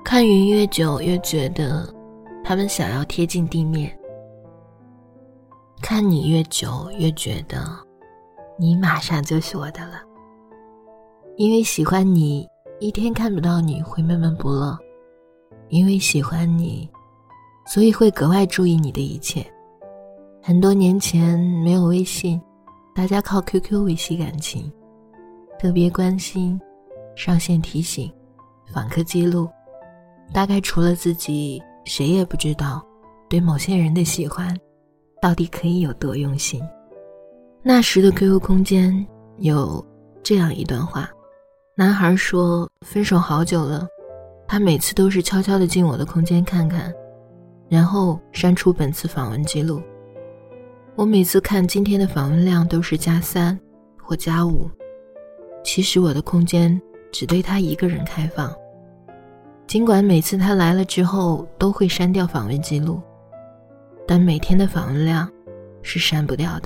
看云越久越觉得它们想要贴近地面，看你越久越觉得你马上就是我的了。因为喜欢你，一天看不到你会闷闷不乐，因为喜欢你，所以会格外注意你的一切。很多年前没有微信，大家靠 QQ 维系感情，特别关心，上线提醒，访客记录，大概除了自己，谁也不知道对某些人的喜欢到底可以有多用心。那时的 QQ 空间有这样一段话，男孩说分手好久了，他每次都是悄悄地进我的空间看看，然后删除本次访问记录。我每次看今天的访问量都是+3或+5，其实我的空间只对他一个人开放，尽管每次他来了之后都会删掉访问记录，但每天的访问量是删不掉的。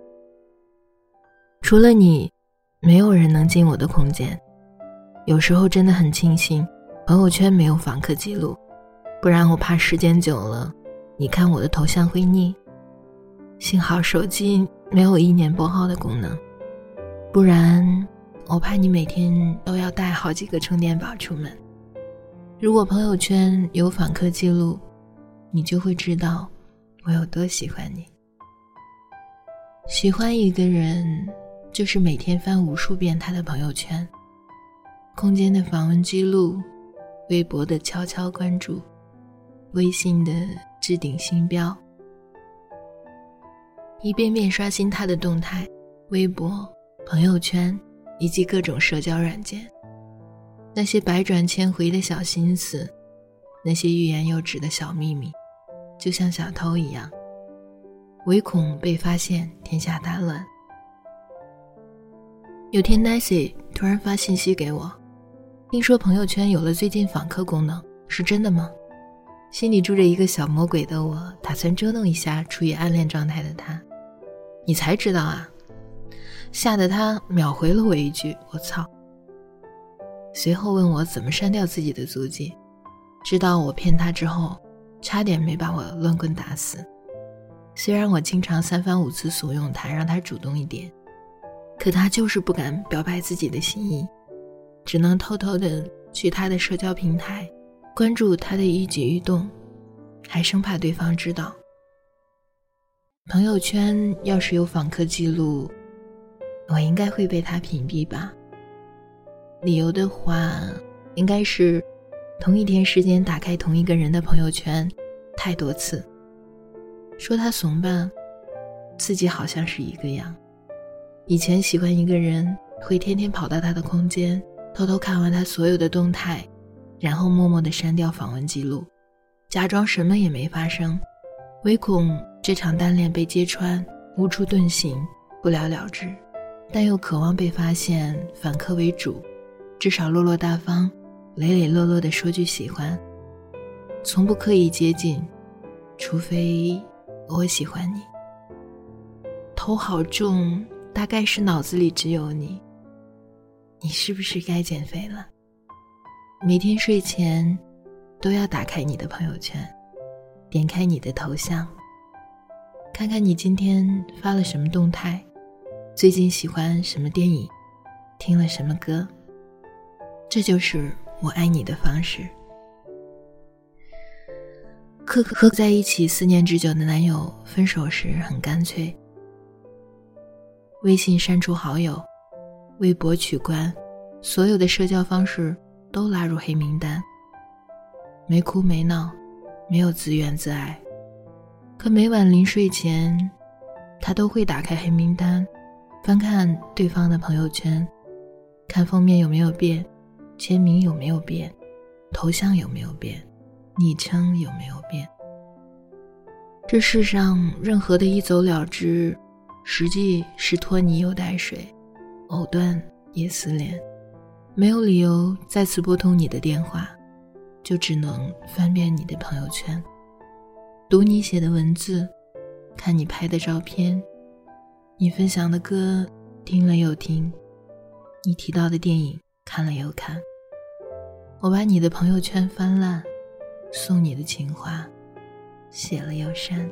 除了你，没有人能进我的空间。有时候真的很庆幸朋友圈没有访客记录，不然我怕时间久了你看我的头像会腻。幸好手机没有意念拨号的功能，不然我怕你每天都要带好几个充电宝出门。如果朋友圈有访客记录，你就会知道我有多喜欢你。喜欢一个人，就是每天翻无数遍他的朋友圈，空间的访问记录，微博的悄悄关注，微信的置顶星标，一遍遍刷新他的动态，微博、朋友圈以及各种社交软件。那些百转千回的小心思，那些欲言又止的小秘密，就像小偷一样，唯恐被发现天下大乱。有天 Nancy 突然发信息给我，听说朋友圈有了最近访客功能，是真的吗？心里住着一个小魔鬼的我，打算捉弄一下处于暗恋状态的他。你才知道啊？吓得他秒回了我一句我操。随后问我怎么删掉自己的足迹，知道我骗他之后，差点没把我乱棍打死。虽然我经常三番五次怂恿他让他主动一点，可他就是不敢表白自己的心意，只能偷偷的去他的社交平台关注他的一举一动，还生怕对方知道。朋友圈要是有访客记录，我应该会被他屏蔽吧。理由的话，应该是同一天时间打开同一个人的朋友圈太多次。说他怂吧，自己好像是一个样。以前喜欢一个人，会天天跑到他的空间，偷偷看完他所有的动态，然后默默地删掉访问记录，假装什么也没发生，唯恐这场单恋被揭穿，无处遁形，不了了之，但又渴望被发现，反客为主，至少落落大方，磊磊落落地说句喜欢，从不刻意接近，除非我喜欢你。头好重，大概是脑子里只有你。你是不是该减肥了？每天睡前都要打开你的朋友圈，点开你的头像，看看你今天发了什么动态，最近喜欢什么电影，听了什么歌。这就是我爱你的方式。和在一起4年之久的男友分手时很干脆，微信删除好友，微博取关，所有的社交方式都拉入黑名单。没哭没闹，没有自怨自艾，可每晚临睡前，他都会打开黑名单，翻看对方的朋友圈，看封面有没有变，签名有没有变，头像有没有变，昵称有没有变。这世上任何的一走了之，实际是拖泥又带水，藕断也丝连。没有理由再次拨通你的电话，就只能翻遍你的朋友圈，读你写的文字，看你拍的照片，你分享的歌听了又听，你提到的电影看了又看。 我把你的朋友圈翻烂，送你的情话写了又删。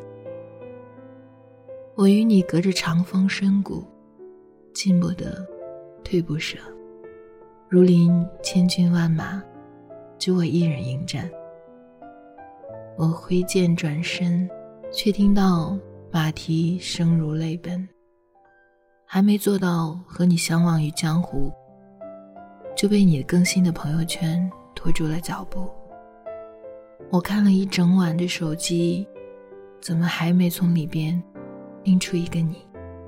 我与你隔着长风深谷，进不得，退不舍，如临千军万马，只我一人应战。我挥剑转身，却听到马蹄声如泪奔，还没做到和你相忘于江湖，就被你更新的朋友圈拖住了脚步。我看了一整晚的手机，怎么还没从里边拎出一个你？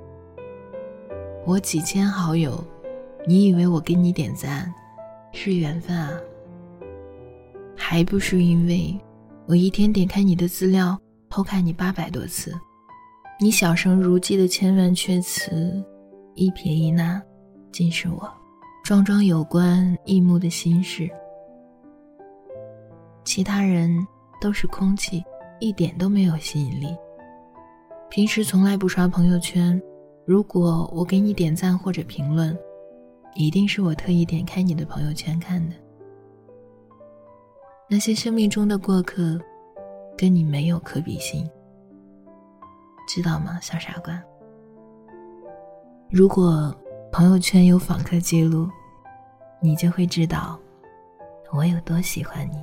我几千好友，你以为我给你点赞是缘分啊？还不是因为我一天点开你的资料，偷看你800多次，你小声如记的千万阙词，一撇一捺尽是我桩桩有关一幕的心事。其他人都是空气，一点都没有吸引力。平时从来不刷朋友圈，如果我给你点赞或者评论，一定是我特意点开你的朋友圈看的。那些生命中的过客，跟你没有可比性，知道吗，小傻瓜？如果朋友圈有访客记录，你就会知道我有多喜欢你。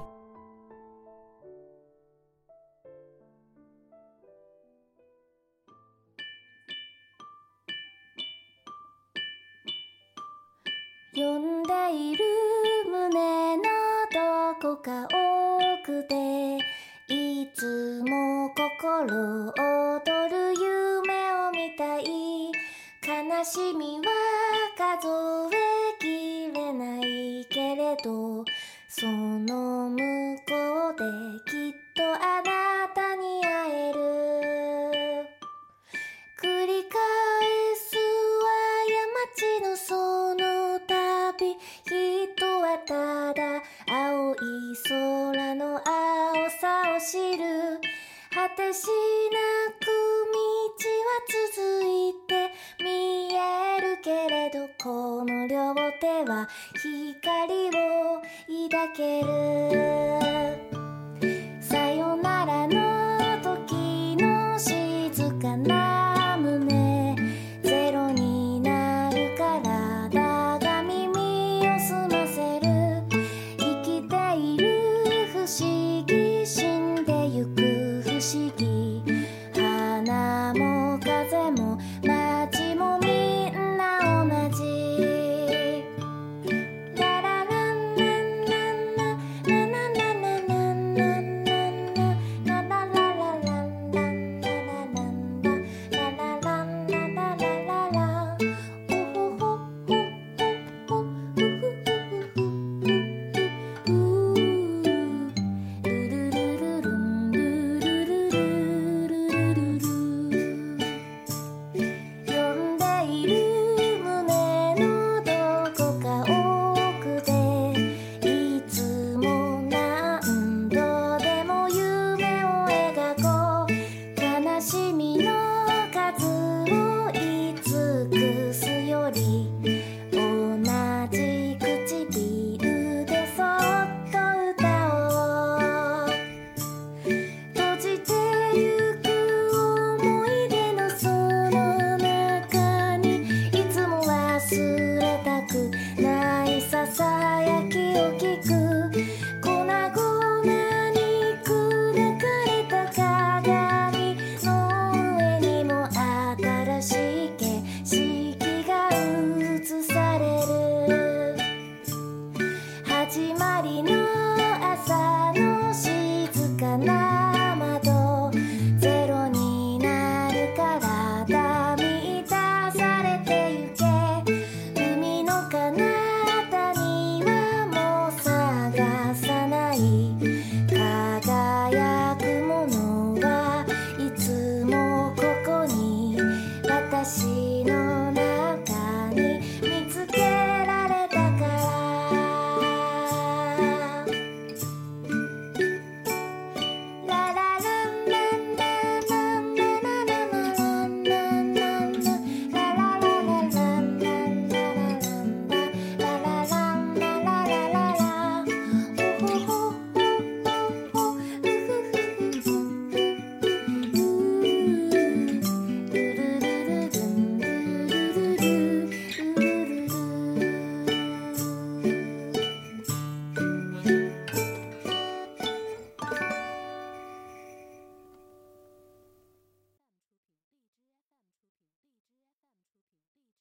読んでいる胸のどこか奥でいつも心躍る夢を見たい。悲しみは数えきれないけれど、その向こうできっとあなたに会える。繰り返すは山地のその旅、人はただ青い空の青さを知る。果てしなく道は続いて見えるけれど、この両手は光を抱ける。